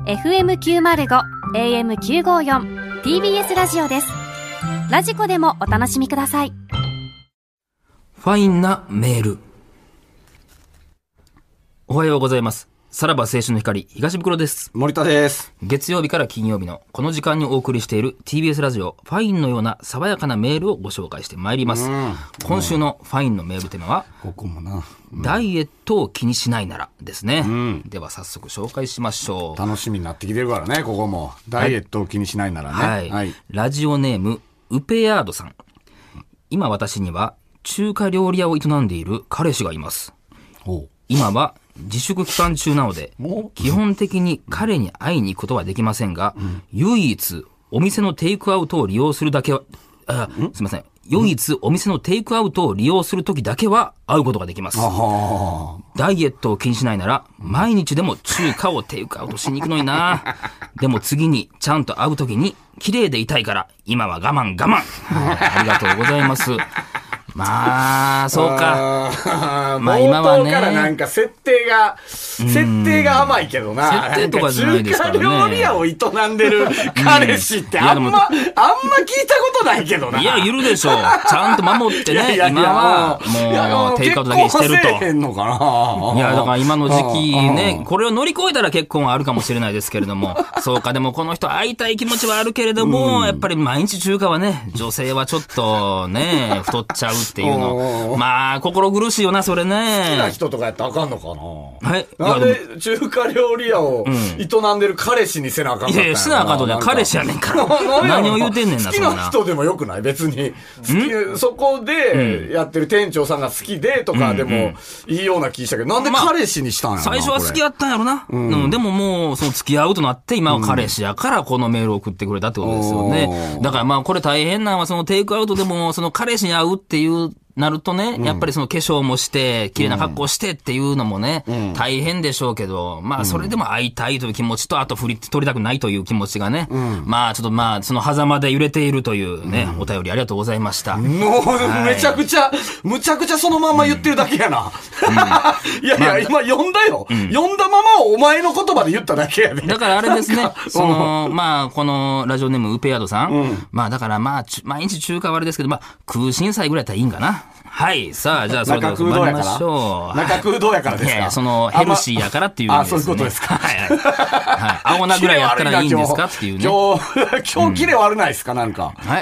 FM905 AM954 TBS ラジオです。ラジコでもお楽しみください。 ファインなメール。おはようございます。さらば青春の光、東袋です。 森田です。 月曜日から金曜日のこの時間にお送りしている TBS ラジオファインのような爽やかなメールをご紹介してまいります。今週のファインのメールテーマは、 ここもな、 ダイエットを気にしないならですね。では早速紹介しましょう。 楽しみになってきてるからね、ここも。ダイエットを気にしないならね。 はい。ラジオネーム、ウペヤードさん。今私には中華料理屋を営んでいる彼氏がいます。今は自粛期間中なので、基本的に彼に会いに行くことはできませんが、唯一お店のテイクアウトを利用するだけは、すみません。唯一お店のテイクアウトを利用するときだけは会うことができます。ダイエットを気にしないなら、毎日でも中華をテイクアウトしに行くのにな。でも次にちゃんと会うときに綺麗でいたいから、今は我慢我慢。ありがとうございます。まあ、そうか。 まあ今はね。冒頭からなんか設定が甘いけどな。 設定とかじゃないですからね。 中華料理屋を営んでる彼氏ってあんま聞いたことないけどな。 いや、いるでしょう。ちゃんと守ってね。今はもうテイクアウトだけしてると。 結婚せえへんのかな。 いや、だから今の時期ね、これを乗り越えたら結婚はあるかもしれないですけれども。そうか、でもこの人会いたい気持ちはあるけれども、やっぱり毎日中華はね、女性はちょっとね、太っちゃうっていうの。まあ、心苦しいよな、それね。 好きな人とかやったらあかんのかな。 はい。 なんで中華料理屋を営んでる彼氏にせなあかんかったんやろな。 いやいや、せなあかんとね、彼氏やねんから。何を言うてんねんな、そんな。 好きな人でもよくない別に。そこでやってる店長さんが好きでとかでもいいような気したけど、なんで彼氏にしたんやろな。 最初は好きやったんやろな。でももう、その付き合うとなって、今は彼氏やからこのメールを送ってくれたってことですよね。だからまあ、これ大変なのは、そのテイクアウトでも、その彼氏に会うっていうなるとね、やっぱりその化粧もして、綺麗な格好してっていうのもね、大変でしょうけど、まあそれでも会いたいという気持ちと、あと取りたくないという気持ちがね、まあちょっとまあその狭間で揺れているというね、お便りありがとうございました。 もう、むちゃくちゃそのまま言ってるだけやな。いやいや、今読んだよ。読んだままをお前の言葉で言っただけやで。 だからあれですね、まあこのラジオネームウペヤードさん、まあだからまあ毎日中華割りですけど、まあ空心菜ぐらいやったらいいんかな。はい。さあ、じゃあ、それでは参りましょう。 中空洞やからですか？ いや、その、ヘルシーやからっていう意味ですね。 そういうことですか。 はい。青菜ぐらいやったらいいんですかっていうね。 今日キレ悪ないですかなんか。 はい。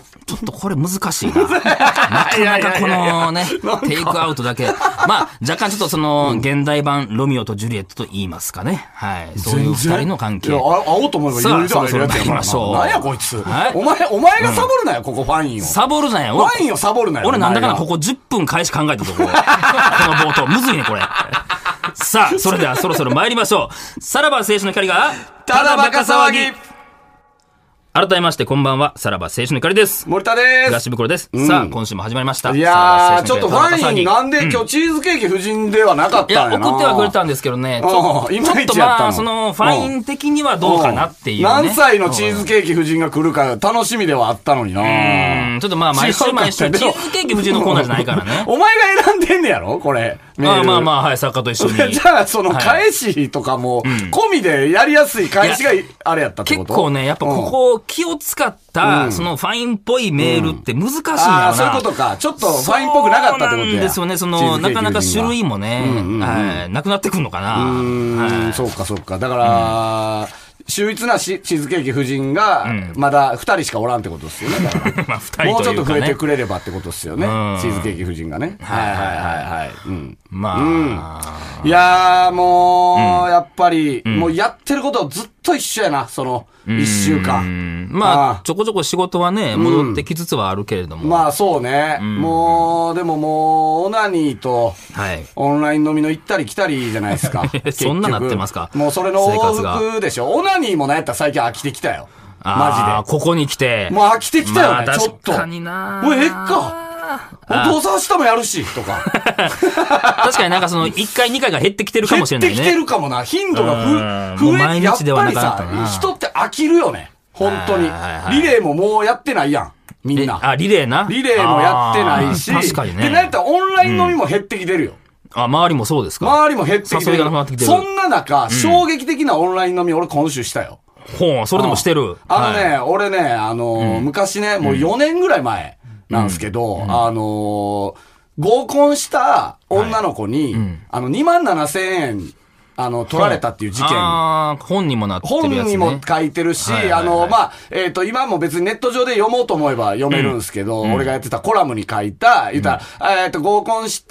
ちょっとこれ難しいな。なかなかこのね、テイクアウトだけ。まあ、若干ちょっとその、現代版ロミオとジュリエットと言いますかね。はい。そういう二人の関係。 会おうと思えば余裕で会えるやつやから。 参りましょう。 何やこいつ。お前がサボるなよ、ここファインを。 サボるなよ。 ファインをサボるなよ。 俺なんだかんだここ10分開始考えたところ。この冒頭。むずいね、これ。さあ、それではそろそろ参りましょう。さらば青春の光が、 ただバカ騒ぎ。 改めましてこんばんは、さらば青春の光です。 森田です。 東袋です。さあ、今週も始まりました。 いやー、ちょっとファインなんで今日チーズケーキ夫人ではなかったんやな。 いや、送ってはくれたんですけどね。ちょっとまあ、その、ファイン的にはどうかなっていうね。 何歳のチーズケーキ夫人が来るか楽しみではあったのにな。 ちょっとまあ、毎週チーズケーキ夫人のコーナーじゃないからね。 お前が選んでんねやろこれ。 まあ、はい、作家と一緒に。 じゃあ、その返しとかも、込みでやりやすい返しがあれやったってこと？ 結構ね、やっぱここ気を使った、そのファインっぽいメールって難しいんだよな。 そういうことか。ちょっとファインっぽくなかったってことや。そうなんですよね。その、なかなか種類もね、なくなってくるのかな。 そうか。だから、秀逸なチーズケーキ夫人が、まだ2人しかおらんってことですよね。だからまあ2人というかね。 もうちょっと増えてくれればってことですよね。チーズケーキ夫人がね。はい。 まあ。 いやー、もう、やっぱり、もうやってることずっと一緒やな、その、1週間。 まあ、ちょこちょこ仕事はね、戻ってきつつはあるけれども。 まあ、そうね。もう、でももう、オナニーと、オンライン飲みの行ったり来たりじゃないですか。 そんななってますか？ もうそれの往復でしょ。オナニーもなんやったら最近飽きてきたよ。マジで。ここに来て。 もう飽きてきたよね、ちょっと。 確かにな。 もうえっか。お父さん明日もやるし、とか。 確かになんかその、1回2回が減ってきてるかもしれないね。 減ってきてるかもな。頻度が増えて、やっぱりさ、人って飽きるよね。本当に。リレーももうやってないやん。みんな。 リレーな。 リレーもやってないし。 確かにね。 で、なんやったらオンライン飲みも減ってきてるよ。 周りもそうですか？ 周りも減ってきてる。 誘いがなくなってきてる。 そんな中、衝撃的なオンライン飲み俺今週したよ。 ほう、それでもしてる。 俺ね、昔ね、もう4年ぐらい前なんですけど、合コンした女の子に、27,000円、取られたっていう事件。 本にもなってるやつね。 本にも書いてるし、今も別にネット上で読もうと思えば読めるんですけど、俺がやってたコラムに書いた、言ったら、合コンして、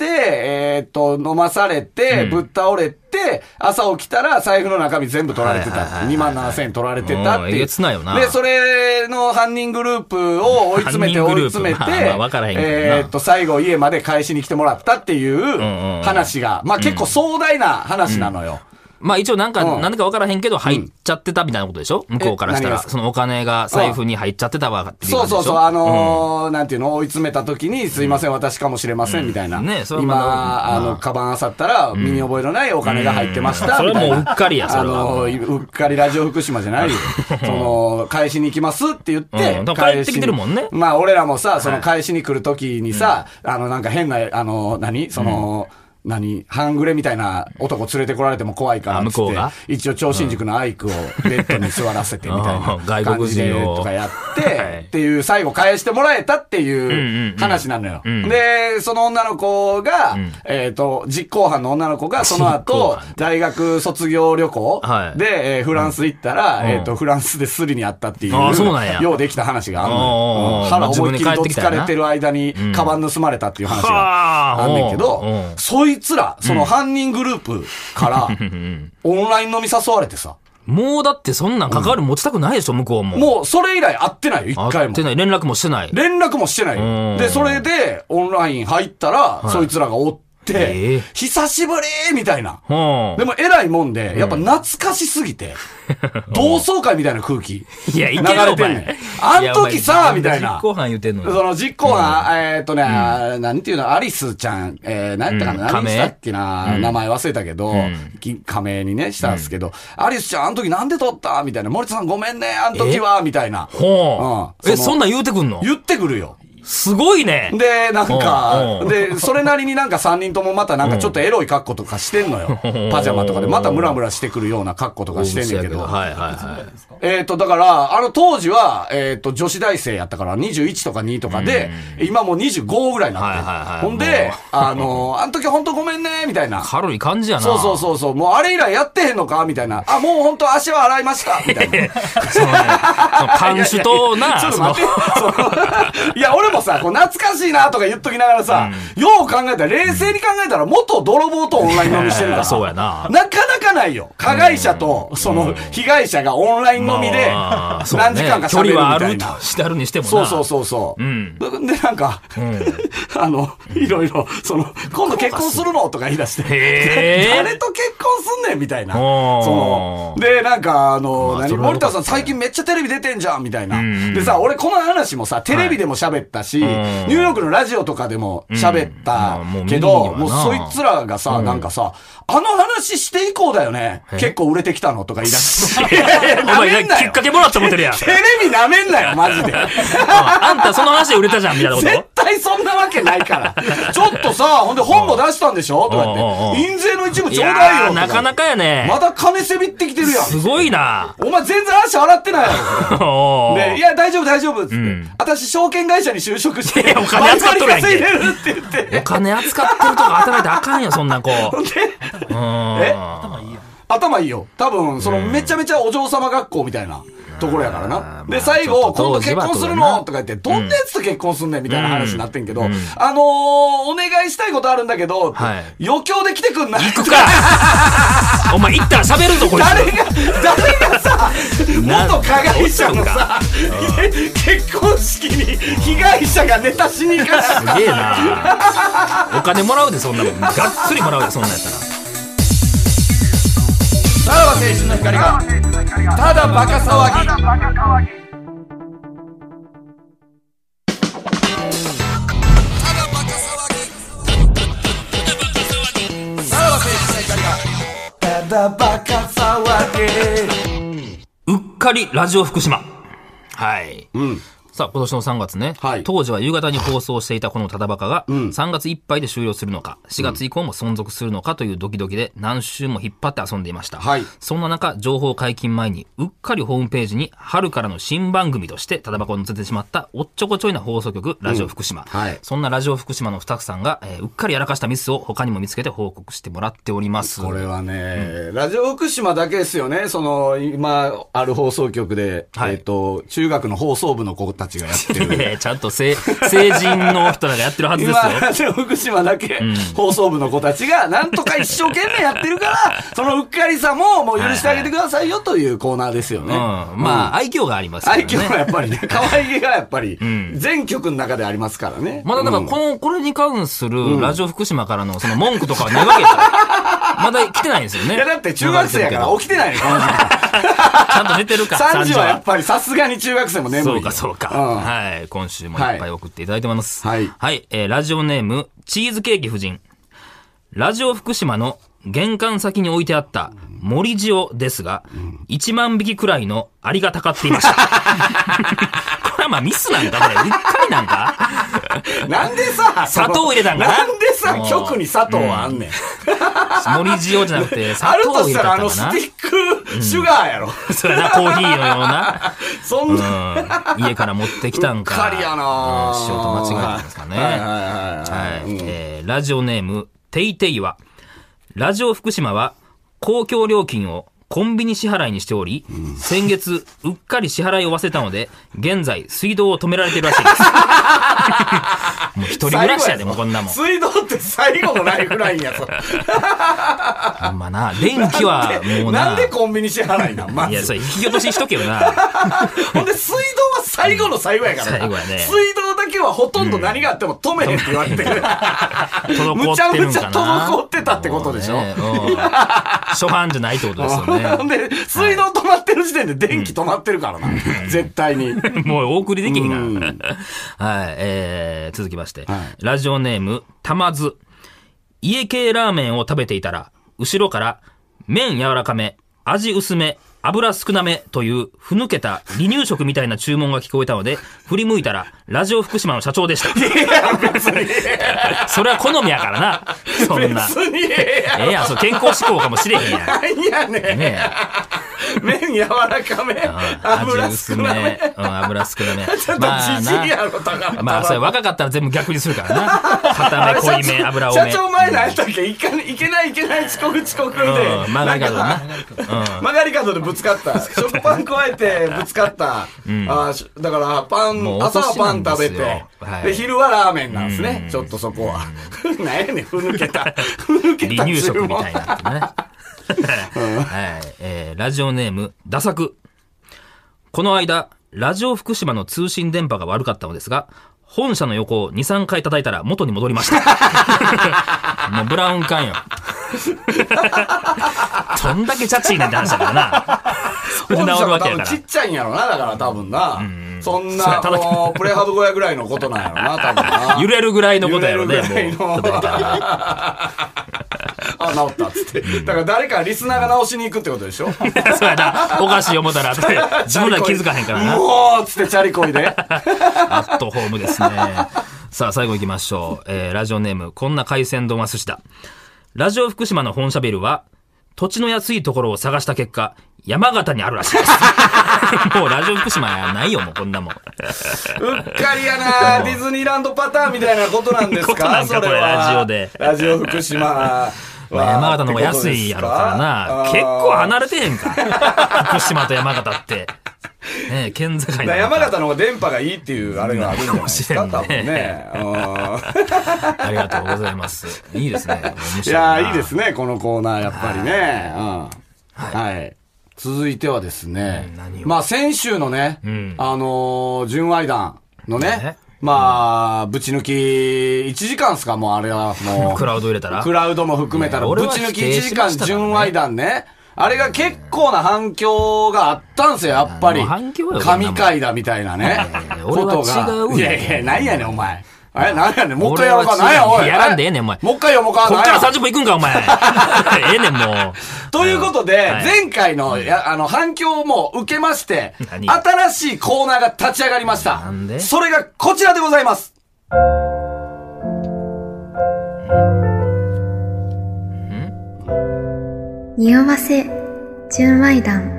飲まされて、ぶっ倒れて、朝起きたら財布の中身全部取られてた。27,000円取られてたっていう。で、それの犯人グループを追い詰めて、最後家まで返しに来てもらったっていう話が、結構壮大な話なのよ。 一応なんでか分からへんけど、入っちゃってたみたいなことでしょ？向こうからしたら。そのお金が財布に入っちゃってたわっていう感じでしょ？ そう、なんていうの、追い詰めた時に、すいません、私かもしれません、みたいな。今、カバン漁ったら、身に覚えのないお金が入ってました、 それもううっかりや、それは。 うっかりラジオ福島じゃないよ。返しに行きますって言って、 帰ってきてるもんね。 俺らもさ、その返しに来る時にさ、なんか変な、半グレみたいな男連れてこられても怖いからっつって、一応超新塾のアイクをベッドに座らせてみたいな感じでとかやって、っていう最後返してもらえたっていう話なのよ。で、その女の子が、実行犯の女の子がその後、大学卒業旅行でフランス行ったら、フランスでスリにあったっていう、ようできた話があるのよ。腹思いっきりどつかれてる間にカバン盗まれたっていう話があんねんけど、そいつら、その犯人グループから、オンライン飲み誘われてさ。 もうだってそんなん関わり持ちたくないでしょ、向こうも。 もうそれ以来会ってないよ、一回も。 会ってない、連絡もしてない。 連絡もしてないよ。で、それで、オンライン入ったら、そいつらがおって、久しぶりみたいな。でも偉いもんで、やっぱ懐かしすぎて、同窓会みたいな空気。 いや、 流れてんねん。あん時さ、みたいな。 実行犯言うてんのよ。 その実行犯、なんていうの、アリスちゃん、何やったかな、何したっけな、名前忘れたけど、仮名にね、したんですけど、アリスちゃん、あの時なんで撮ったみたいな。森田さんごめんね、あの時は、みたいな。 そんなん言うてくんの？ 言ってくるよ。 すごいね。 で、なんか、で、それなりになんか3人ともまたなんかちょっとエロい格好とかしてんのよ。パジャマとかで、またムラムラしてくるような格好とかしてんねんけど。だから、当時は、女子大生やったから21とか2とかで、今もう25ぐらいになって。ほんで、あの時ほんとごめんね、みたいな。 軽い感じやな。 そう。もうあれ以来やってへんのかみたいな。もうほんと足は洗いました、みたいな。 パンシュとな。 ちょっと待って。いや、俺もさ、こう懐かしいなとか言っときながらさ、よう考えたら、冷静に考えたら、元泥棒とオンライン飲みしてるから。 そうやな。 なかなかないよ。加害者と、その、被害者がオンライン飲みで、何時間か喋るみたいな。距離はあるとしてあるにしてもな。そう。で、なんか、いろいろ、その、今度結婚するのとか言い出して、誰と結婚すんねんみたいな。で、なんか、森田さん最近めっちゃテレビ出てんじゃんみたいな。でさ、俺この話もさ、テレビでも喋ったし、ニューヨークのラジオとかでも喋ったけど、もうそいつらがさ、なんかさ、あの話して以降だよね。結構売れてきたのとか言い出して。 お前、きっかけもらった思ってるやん。 テレビ舐めんなよ、マジで。 あんたその話で売れたじゃん、みたいなこと。 絶対そんなわけないから。ちょっとさ、ほんで本も出したんでしょとか言って。印税の一部ちょうだいよ。 なかなかやね。 まだ金せびってきてるやん。 すごいな。 お前全然足洗ってないやろ。で、いや、大丈夫。つって。私、証券会社に就職して、 お金扱っとるやんけ。 稼いでるって言って。 お金扱ってるとこ働いてあかんよ、そんな子。 頭いいよ。多分、その、めちゃめちゃお嬢様学校みたいなところやからな。で、最後、今度結婚するのとか言って、どんなやつと結婚すんねんみたいな話になってんけど、お願いしたいことあるんだけど、余興で来てくんない？ 行くかお前行ったら喋るぞ、こいつ。 誰がさ、元加害者のさ、結婚式に被害者がネタしに行かない。 すげえな。お金もらうで、そんなもん。がっつりもらうで、そんなんやったら。 さらば青春の光がただバカ騒ぎ。さらば青春の光がただバカ騒ぎ。 うっかりラジオ福島。はい。 さあ、今年の3月ね、 はい、 当時は夕方に放送していたこのただバカが、3月いっぱいで終了するのか、4月以降も存続するのかというドキドキで何週も引っ張って遊んでいました。 はい、 そんな中、情報解禁前に、うっかりホームページに春からの新番組としてただバカを載せてしまったおっちょこちょいな放送局、ラジオ福島。 はい、 そんなラジオ福島のスタッフさんが、うっかりやらかしたミスを他にも見つけて報告してもらっております。 これはね、ラジオ福島だけですよね、その、今ある放送局で、はい、中学の放送部の子たちがやってる。 ちゃんと成人の人らがやってるはずですよ。 今、ラジオ福島だけ、放送部の子たちが、なんとか一生懸命やってるから、そのうっかりさも、もう許してあげてくださいよというコーナーですよね。 まあ、愛嬌がありますからね。 愛嬌がやっぱりね、可愛げがやっぱり、全局の中でありますからね。 まだだから、これに関する、ラジオ福島からのその文句とかはないわけですよ。まだ来てないんですよね。 いや、だって中学生やから起きてないね、この時間。 ちゃんと寝てるか。 3時はやっぱりさすがに中学生も眠い。 そうか。はい。今週もいっぱい送っていただいてます。はい。ラジオネーム、チーズケーキ夫人。ラジオ福島の玄関先に置いてあった森塩ですが、1万匹くらいのアリがたかっていました。これはまあミスなんかこれ。うっかりなんかなんでさ、 砂糖入れたんかな。 なんでさ、局に砂糖はあんねん。 森塩じゃなくて砂糖入れたんかな。あるとしたらスティックシュガーやろ。 それな、コーヒーのような。 そんな。 家から持ってきたんか。 うっかりやな塩と間違えたんですかね。はい。ラジオネーム、テイテイは、ラジオ福島は公共料金をコンビニ支払いにしており、先月うっかり支払いを忘れたので、現在水道を止められているらしいです。もう一人暮らしやで、もうこんなもん。 水道って最後のライフラインやぞ。 ほんまな、電気はもうな。 なんでコンビニ支払いなんまず。 いや、それ引き落とししとけよな。 ほんで水道は最後の最後やからな。 最後やね。 水道だけはほとんど何があっても止めへんって言われてる。むちゃむちゃ滞ってたってことでしょ。 初版じゃないってことですよね。 ほんで、水道止まってる時点で電気止まってるからな。絶対に。 もうお送りできへんが。はい。続きまして。ラジオネーム、たまず。家系ラーメンを食べていたら、後ろから、麺柔らかめ、味薄め、油少なめというふぬけた離乳食みたいな注文が聞こえたので、振り向いたら、ラジオ福島の社長でした。 いや、別に。 それは好みやからな。そんな。 別にやん、そう、健康志向かもしれへんやん。 何やねん。ね麺柔らかめ、油少なめ。 油少なめ。 ちょっとじじいやろ、だから。 まあ、それ若かったら全部逆にするからな。固め、濃いめ、油多め。 社長前何やったっけいけない遅刻で。 曲がり角な。 曲がり角でぶつかった。食パン加えてぶつかった。だから朝はパン食べて、で、昼はラーメンなんですね。ちょっとそこは。何やねん、ふぬけた離乳食みたいなってね。ラジオネーム、ダサク。この間、ラジオ福島の通信電波が悪かったのですが、本社の横を2、3回叩いたら元に戻りました。もうブラウン管よ。どんだけチャチーねんって話だからな。それで治るわけやから。 ちっちゃいんやろな、だから多分な。そんな、プレハブ小屋ぐらいのことなんやろな、多分な。 揺れるぐらいのことやろね、 もう。あ、治ったっつって。だから誰かリスナーが直しに行くってことでしょ。 そうやな。おかしい思ったらって、自分ら気づかへんからな。 もうつってチャリこいで。 アットホームですね。さあ、最後行きましょう。ラジオネーム、こんな海鮮丼は寿司だ。ラジオ福島の本社ビルは、土地の安いところを探した結果、山形にあるらしいです。もうラジオ福島やないよ、もうこんなもん。 うっかりやな。ディズニーランドパターンみたいなことなんですか。 ことなんかこれラジオで。 ラジオ福島。 山形の方が安いやろからな。結構離れてへんか。福島と山形って。ね、県境な。 山形の方が電波がいいっていうあれがあるんじゃないですか、多分ね。 ありがとうございます。いいですね。 いや、いいですね、このコーナー、やっぱりね。はい。続いてはですね、まあ先週のね、純愛団のね、まあ、ぶち抜き、1時間っすかもうあれはもう。 クラウド入れたらクラウドも含めたら、ぶち抜き1時間純愛団ね。あれが結構な反響があったんすよ、やっぱり。神回だみたいなね。ことが。いやいや、なんやねん、お前。 なんやねん、もう一回やろうか。なんや、おい。 やらんでええねん、お前。 もう一回読もうか。 こっから30分いくんか、お前。ええねん、もう。 ということで、前回の、反響も受けまして、新しいコーナーが立ち上がりました。 なんで？ それがこちらでございます。 匂わせ純愛談。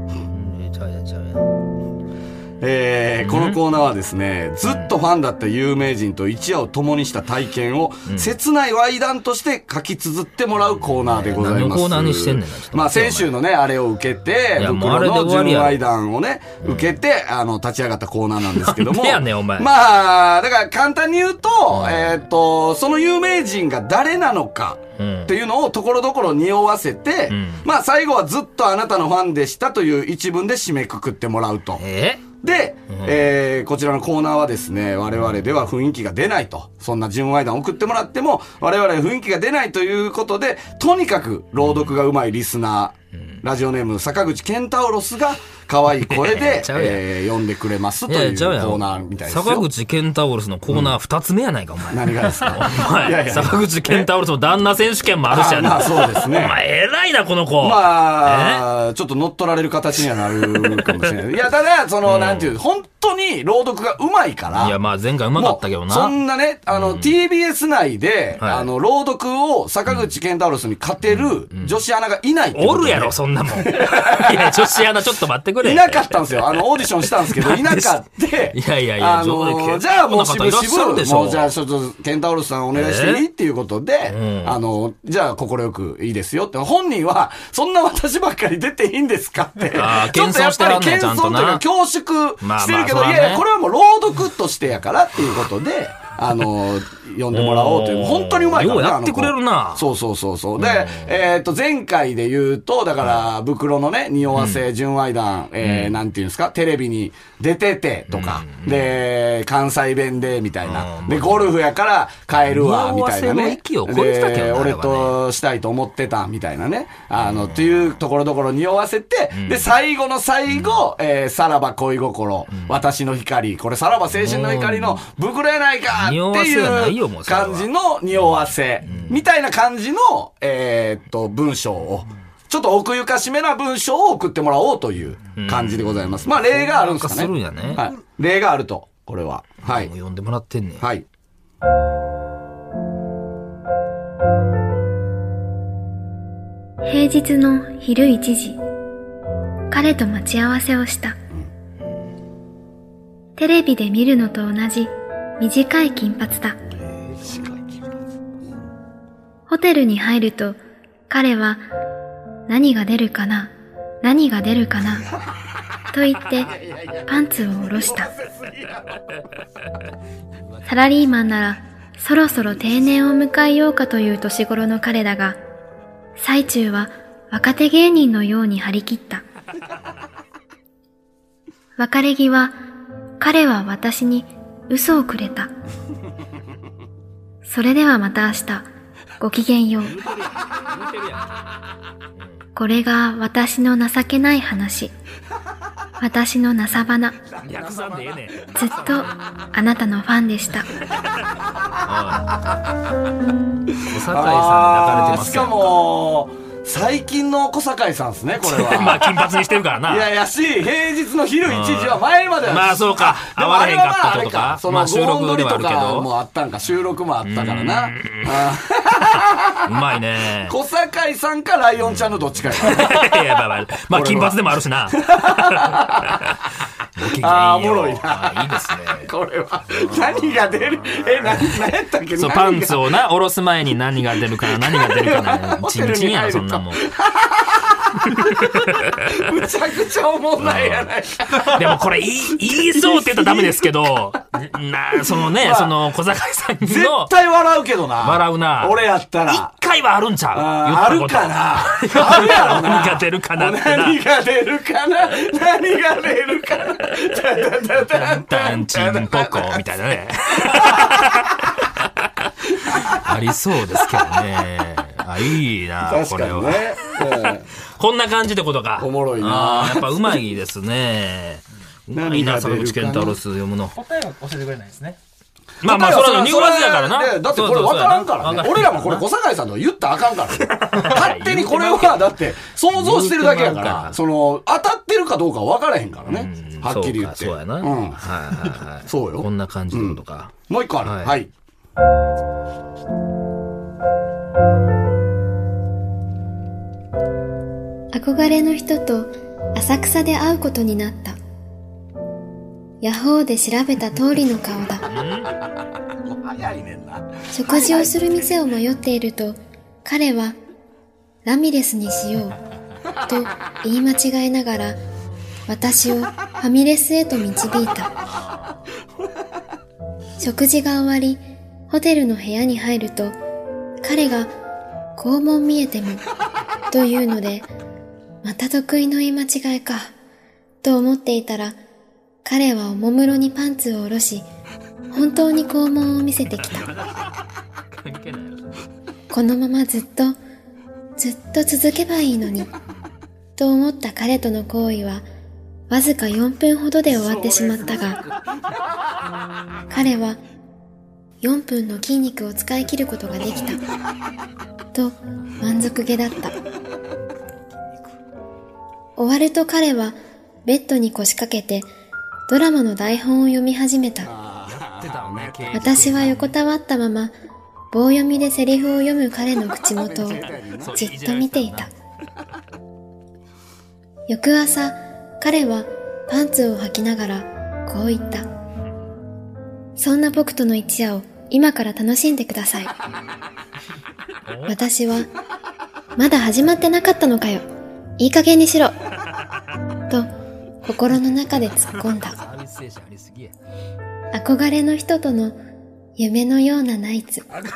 このコーナーはですね、ずっとファンだった有名人と一夜を共にした体験を、切ない話談として書き綴ってもらうコーナーでございます。 何のコーナーにしてんねんな。 まあ先週のね、あれを受けて、袋の純愛談をね、受けて、立ち上がったコーナーなんですけども。 やねん、お前。 まあ、だから簡単に言うと、その有名人が誰なのか、っていうのをところどころ匂わせて、まあ最後はずっとあなたのファンでしたという一文で締めくくってもらうと。で、こちらのコーナーはですね、我々では雰囲気が出ないと。そんな純愛談送ってもらっても、我々は雰囲気が出ないということで、とにかく朗読が上手いリスナー、ラジオネーム坂口健太郎が可愛い声で、読んでくれますというコーナーみたいですよ。 坂口健太郎のコーナー2つ目やないか、お前。 何がですか？ お前、坂口健太郎の旦那選手権もあるしやな。 まあそうですね。 お前、偉いな、この子。 まあ、ちょっと乗っ取られる形にはなるかもしれない。いや、ただ、なんていう、本当に朗読が上手いから。 いや、まあ前回上手かったけどな。 そんなね、TBS 内で、朗読を坂口健太郎に勝てる女子アナがいないってことで。 おるやろ、そんなもん。いや、女子アナちょっと待ってくれ。 いなかったんですよ。オーディションしたんですけど、いなかった。 いやいやいや、 じゃあもうしぶしぶ、もうじゃあちょっと、ケンタウロスさんお願いしていいっていうことで、じゃあ心よくいいですよって。本人は、そんな私ばっかり出ていいんですかって。ちょっとやっぱり謙遜というか恐縮してるけど、いやいや、これはもう朗読としてやからっていうことで、呼んでもらおうという、本当にうまいからね。 やってくれるな。 そう。で、前回で言うと、だから、袋のね、匂わせ純愛談、なんていうんですか、テレビに出ててとか、で、関西弁で、みたいな。で、ゴルフやから帰るわ、みたいなね。で、俺としたいと思ってた、みたいなね。っていうところどころ匂わせて、で、最後の最後、さらば恋心、私の光、これさらば青春の光の袋やないかっていう感じの匂わせ、みたいな感じの、文章を、ちょっと奥ゆかしめな文章を送ってもらおうという感じでございます。まあ、例があるんですかね。はい。例があると、これは。はい。 読んでもらってんね。 はい。 平日の昼1時、彼と待ち合わせをした。テレビで見るのと同じ短い金髪だ。ホテルに入ると彼は何が出るかなと言ってパンツを下ろした。サラリーマンならそろそろ定年を迎えようかという年頃の彼だが、最中は若手芸人のように張り切った。別れ際、彼は私に嘘をくれた。それではまた明日、ごきげんよう。これが私の情けない話。私の情花。ずっとあなたのファンでした。 小堺さん抱かれてます。 しかも最近の小堺さんですね、これは。 まあ、金髪にしてるからな。 いや、平日の昼1時は前までは。 まあ、そうか。会われへんかったとか。 その、収録ではあるけど。もあったんか、収録もあったからな。 うまいね。 小堺さんかライオンちゃんのどっちかや。いや、まあ、金髪でもあるしな。 おもろいな。 いいですね。 これは。何が出る？何やったっけ？ そう、パンツをな、下ろす前に何が出るかな、何が出るかな。チンチンやろ、そんなもん。 むちゃくちゃおもんないやないか。 でもこれ言いそうって言ったらダメですけど、そのね、その小堺さんの。 絶対笑うけどな。 笑うな。 俺やったら。 一回はあるんちゃう？ あるかな。あるやろな。 何が出るかな。 何が出るかな。何が出るかな。 タンチンポコみたいなね。ありそうですけどね。いいな、これは。こんな感じってことか。 おもろいな。 やっぱうまいですね。うまいな、坂口健太郎読むの。 答えは教えてくれないですね。 まあまあ、それはニュアンスやからな。 だってこれ分からんからね。俺らもこれ小堺さんとか言ったらあかんから。勝手にこれは、だって想像してるだけやから、当たってるかどうか分からへんからね。はっきり言って。 そうやな。はいはいはい。 そうよ。 こんな感じのことか。 もう一個ある。はい。 憧れの人と浅草で会うことになった。ヤホーで調べた通りの顔だ。食事をする店を迷っていると、彼はラミレスにしようと言い間違えながら私をファミレスへと導いた。食事が終わり、ホテルの部屋に入ると、彼が肛門見えてもというので、また得意の言い間違いかと思っていたら、彼はおもむろにパンツを下ろし、本当に肛門を見せてきた。このままずっと続けばいいのにと思った彼との行為はわずか4分ほどで終わってしまったが、彼は4分の筋肉を使い切ることができたと満足げだった。終わると彼はベッドに腰掛けてドラマの台本を読み始めた。私は横たわったまま棒読みでセリフを読む彼の口元をじっと見ていた。翌朝、彼はパンツを履きながらこう言った。そんな僕との一夜を今から楽しんでください。私は、まだ始まってなかったのかよ。いい加減にしろ。と心の中で突っ込んだ。憧れの人との夢のようなナイツ。ずっと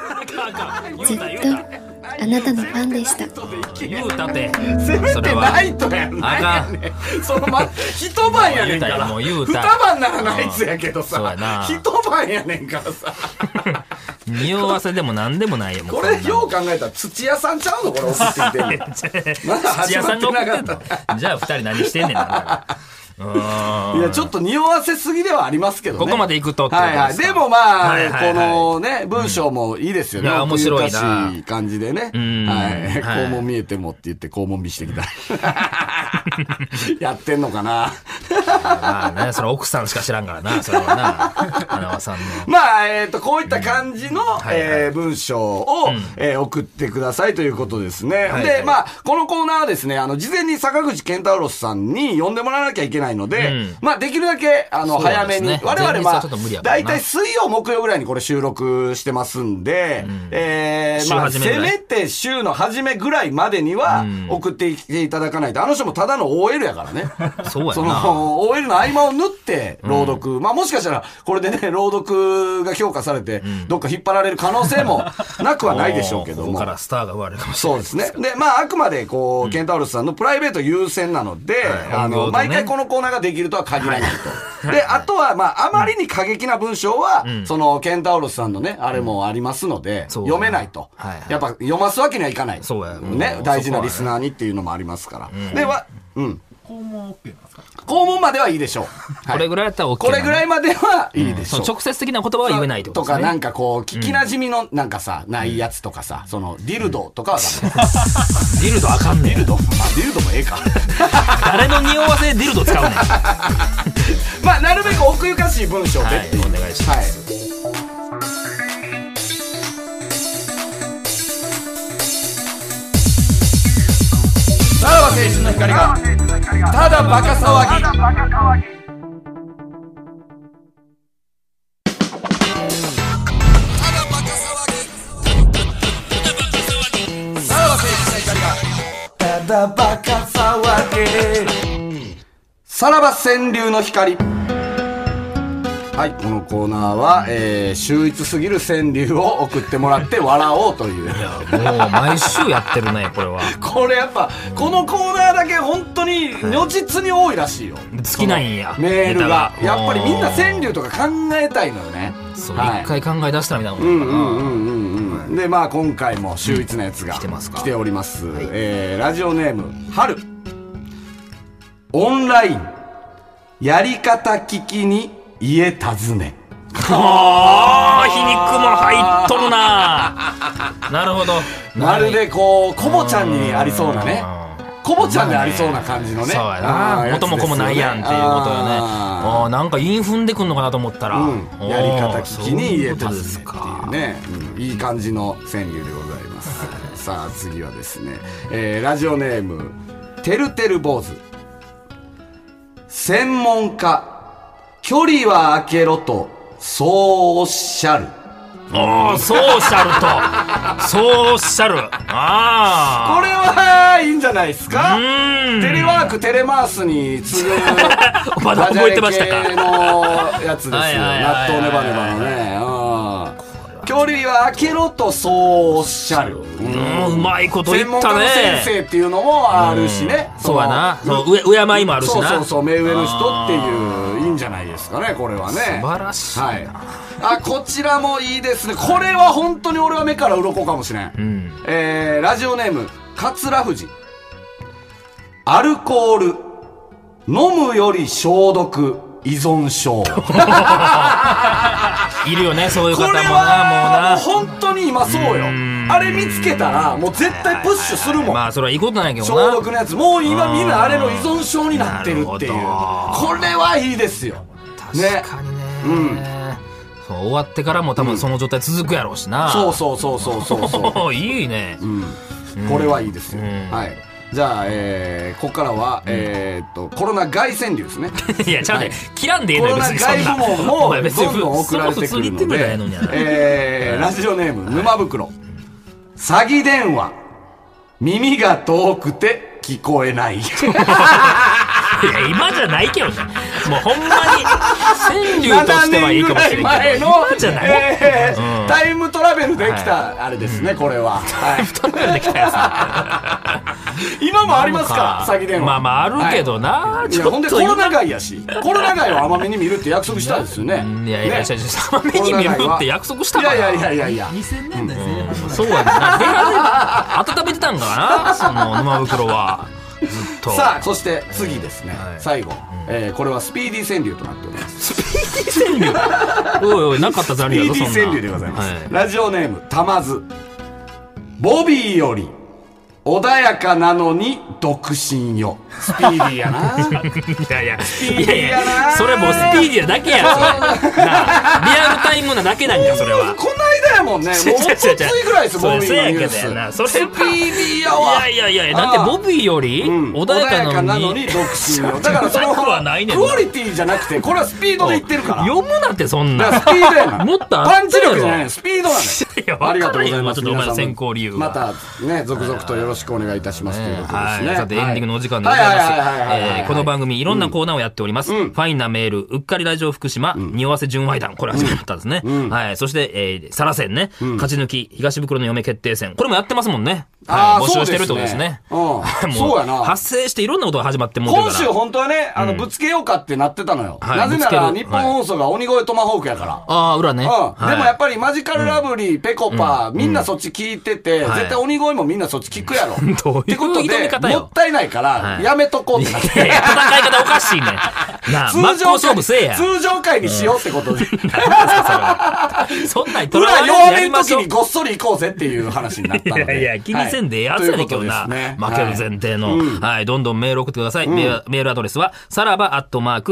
あなたのファンでした。 言うたってせめてナイトやん。なんやねん。一晩やねんから。二晩ならナイツやけどさ、一晩やねんからさ。 匂わせでも何でもないよ。 これよう考えたら土屋さんちゃうのこれ送ってきてんの。まだ始まってなかった。 じゃあ二人何してんねん。 いやちょっと匂わせすぎではありますけどね。 ここまで行くとってことですか。でもまあこのね文章もいいですよね。 面白いな。 いい感じでね。肛門見えてもって言って肛門見してきた。やってんのかな。 まあね、それ奥さんしか知らんからな。それはな。花輪さんの。 まあこういった感じの文章を送ってくださいということですね。でまあこのコーナーはですね、事前に坂口健太郎さんに呼んでもらわなきゃいけないので、まあできるだけ早めに、我々まあだいたい水曜木曜ぐらいにこれ収録してますんで、まあせめて週の初めぐらいまでには送ってきていただかないと、あの人もただの OL やからね。 そうやな。 その OL の合間を縫って朗読、まあもしかしたらこれでね朗読が評価されてどっか引っ張られる可能性もなくはないでしょうけども、 ここからスターが生まれるかもしれない。 そうですね。でまああくまでこうケンタウロスさんのプライベート優先なので、毎回このコーナーができるとは限らないと。で、あとは、まあ、あまりに過激な文章は、その、ケンタウロスさんのね、あれもありますので、読めないと。やっぱ、読ますわけにはいかない。 そうや。 ね、大事なリスナーにっていうのもありますから。では、 肛門 OK なんですか？ 肛門まではいいでしょう。 これぐらいやったら OK。 これぐらいまではいいでしょう。 直接的な言葉は言えないってことですね。 とか、なんかこう、聞き馴染みの、なんかさ、ないやつとかさ、その、ディルドとかはダメ。 ディルドあかんねん。 ディルドもええか。 誰の匂わせでディルド使うねん。 まあ、なるべく奥ゆかしい文章で。 お願いします。 さらば青春の光がただバカ騒ぎ。ただバカ騒ぎ。さらば川柳の光。はい、このコーナーは、秀逸すぎる川柳を送ってもらって笑おうという。 いや、もう毎週やってるね、これは。 これやっぱ、このコーナーだけ本当に如実に多いらしいよ。 好きなんや。 メールが。やっぱりみんな川柳とか考えたいのよね。 そう、一回考え出したらみたいなことかな。で、まあ今回も秀逸なやつが来ております。ラジオネーム、春。オンライン、やり方聞きに家訪ね。 皮肉も入っとるな。なるほど。 まるでこうコボちゃんにありそうなね、コボちゃんでありそうな感じのね。 そうやな。元も子もないやんっていうことよね。なんか韻踏んでくんのかなと思ったら、 やり方聞きに言えたですっていうね、いい感じの川柳でございます。さあ次はですね、ラジオネームてるてる坊主。専門家、距離は空けろとそうおっしゃる。 ソーシャルとソーシャル。これはいいんじゃないですか。テレワークテレマースに次ぐまだ覚えてましたか。 ダジャレ系のやつですよ。納豆ネバネバのね。距離は空けろとそうおっしゃる。 うまいこと言ったね。専門家の先生っていうのもあるしね。 そうやな。敬いもあるしな。 そう目上の人っていういいんじゃないですかね、これはね。 素晴らしい。 はい。こちらもいいですね。これは本当に俺は目から鱗かもしれん。ラジオネーム桂富士。アルコール飲むより消毒依存症。 いるよね、そういう方もな。 これはもう本当に今そうよ。あれ見つけたらもう絶対プッシュするもん。 まあそれはいいことなんやけどな。 消毒のやつもう今みんなあれの依存症になってるっていう。これはいいですよ。 確かにね。終わってからも多分その状態続くやろうしな。 そういいね。 これはいいですよ。はい。じゃあ、ここからは、コロナ外川柳ですね。 いや、ちゃんと切らんでいいのよ、別に。 コロナ外部門もどんどん送られてくるので、ラジオネーム、沼袋。詐欺電話。耳が遠くて聞こえない。 いや、今じゃないけどね。もうほんまに川柳としてはいいかもしれないけど、今じゃない。 タイムトラベルできたあれですね、これは。 タイムトラベルできたやつ。今もありますから、詐欺電話。 まああるけどな。 いや、ほんでコロナ外やし、コロナ外を甘めに見るって約束したんですよね。 いや、甘めに見るって約束したから。 いや。 2000年代前半。 そうやな。温めてたんかな、その沼袋は。ずっと。 さあ、そして次ですね、最後、これはスピーディー川柳となっております。 スピーディー川柳。おいなかったざるやぞ。 スピーディー川柳でございます。ラジオネームたまず。ボビーより穏やかなのに独身よ。スピーディーやな。 いや、それもうスピーディーだけや。リアルタイムなだけなんか、それは。 この間やもんね。もうおとついぐらいです、ボビーのニュース。 スピーディーやわ。いや、なんてボビーより穏やかなのに独身よ。だからそのクオリティじゃなくて、これはスピードで言ってるから。 読むなって、そんな。 スピードやな。 もっとパンチ力じゃないの、スピードなの。 ありがとうございます。ちょっとお前の選考理由は。 またね、続々とよろしくお願いいたしますということですね。 さて、エンディングのお時間でございます。この番組いろんなコーナーをやっております。ファインなメール、うっかりラジオ福島、匂わせ純愛談、これ始まったんですね。はい。そして、サラセンね、勝ち抜き、東袋の嫁決定戦。これもやってますもんね。募集してるってことですね。 そうやな。 発生していろんなことが始まってもうてるから。 今週本当はね、ぶつけようかってなってたのよ。なぜなら、日本放送が鬼越トマホークやから。 裏ね。 でもやっぱりマジカルラブリー、ペコパ、みんなそっち聞いてて、絶対鬼越もみんなそっち聞くやろ。ってことで、もったいないから、やめとこうってなって。 戦い方おかしいね。なあ、真っ向勝負せえや。 通常回にしようってことで。 そんなに裏弱めの時にごっそり行こうぜっていう話になったので。 いや、気にせんでええやつやねんけどな。負ける前提の。はい、どんどんメール送ってください。メールアドレスは、さらば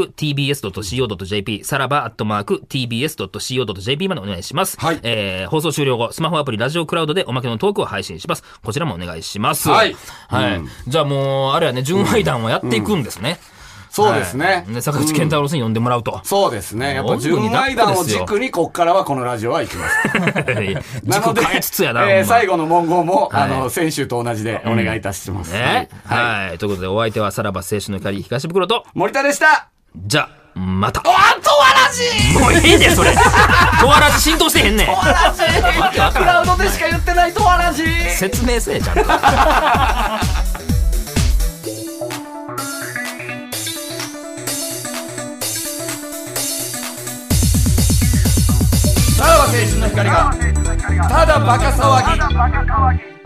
@tbs.co.jp、さらば@tbs.co.jp までお願いします。放送終了後、スマホアプリラジオクラウドでおまけのトークを配信します。こちらもお願いします。はい。じゃあもう、あれはね、純愛談をやっていくんですね。 そうですね。 坂口健太郎さんに呼んでもらうと。 そうですね。やっぱ純愛談を軸に、こっからはこのラジオは行きます。なので、最後の文言も、先週と同じでお願いいたします。 はい。ということで、お相手はさらば青春の光東袋と森田でした。 じゃあ、また。 とわらじもうええで、それ。とわらじ浸透してへんねん。とわらじクラウドでしか言ってないとわらじ説明せえ、ちゃんと。 さらば青春の光がただバカ騒ぎ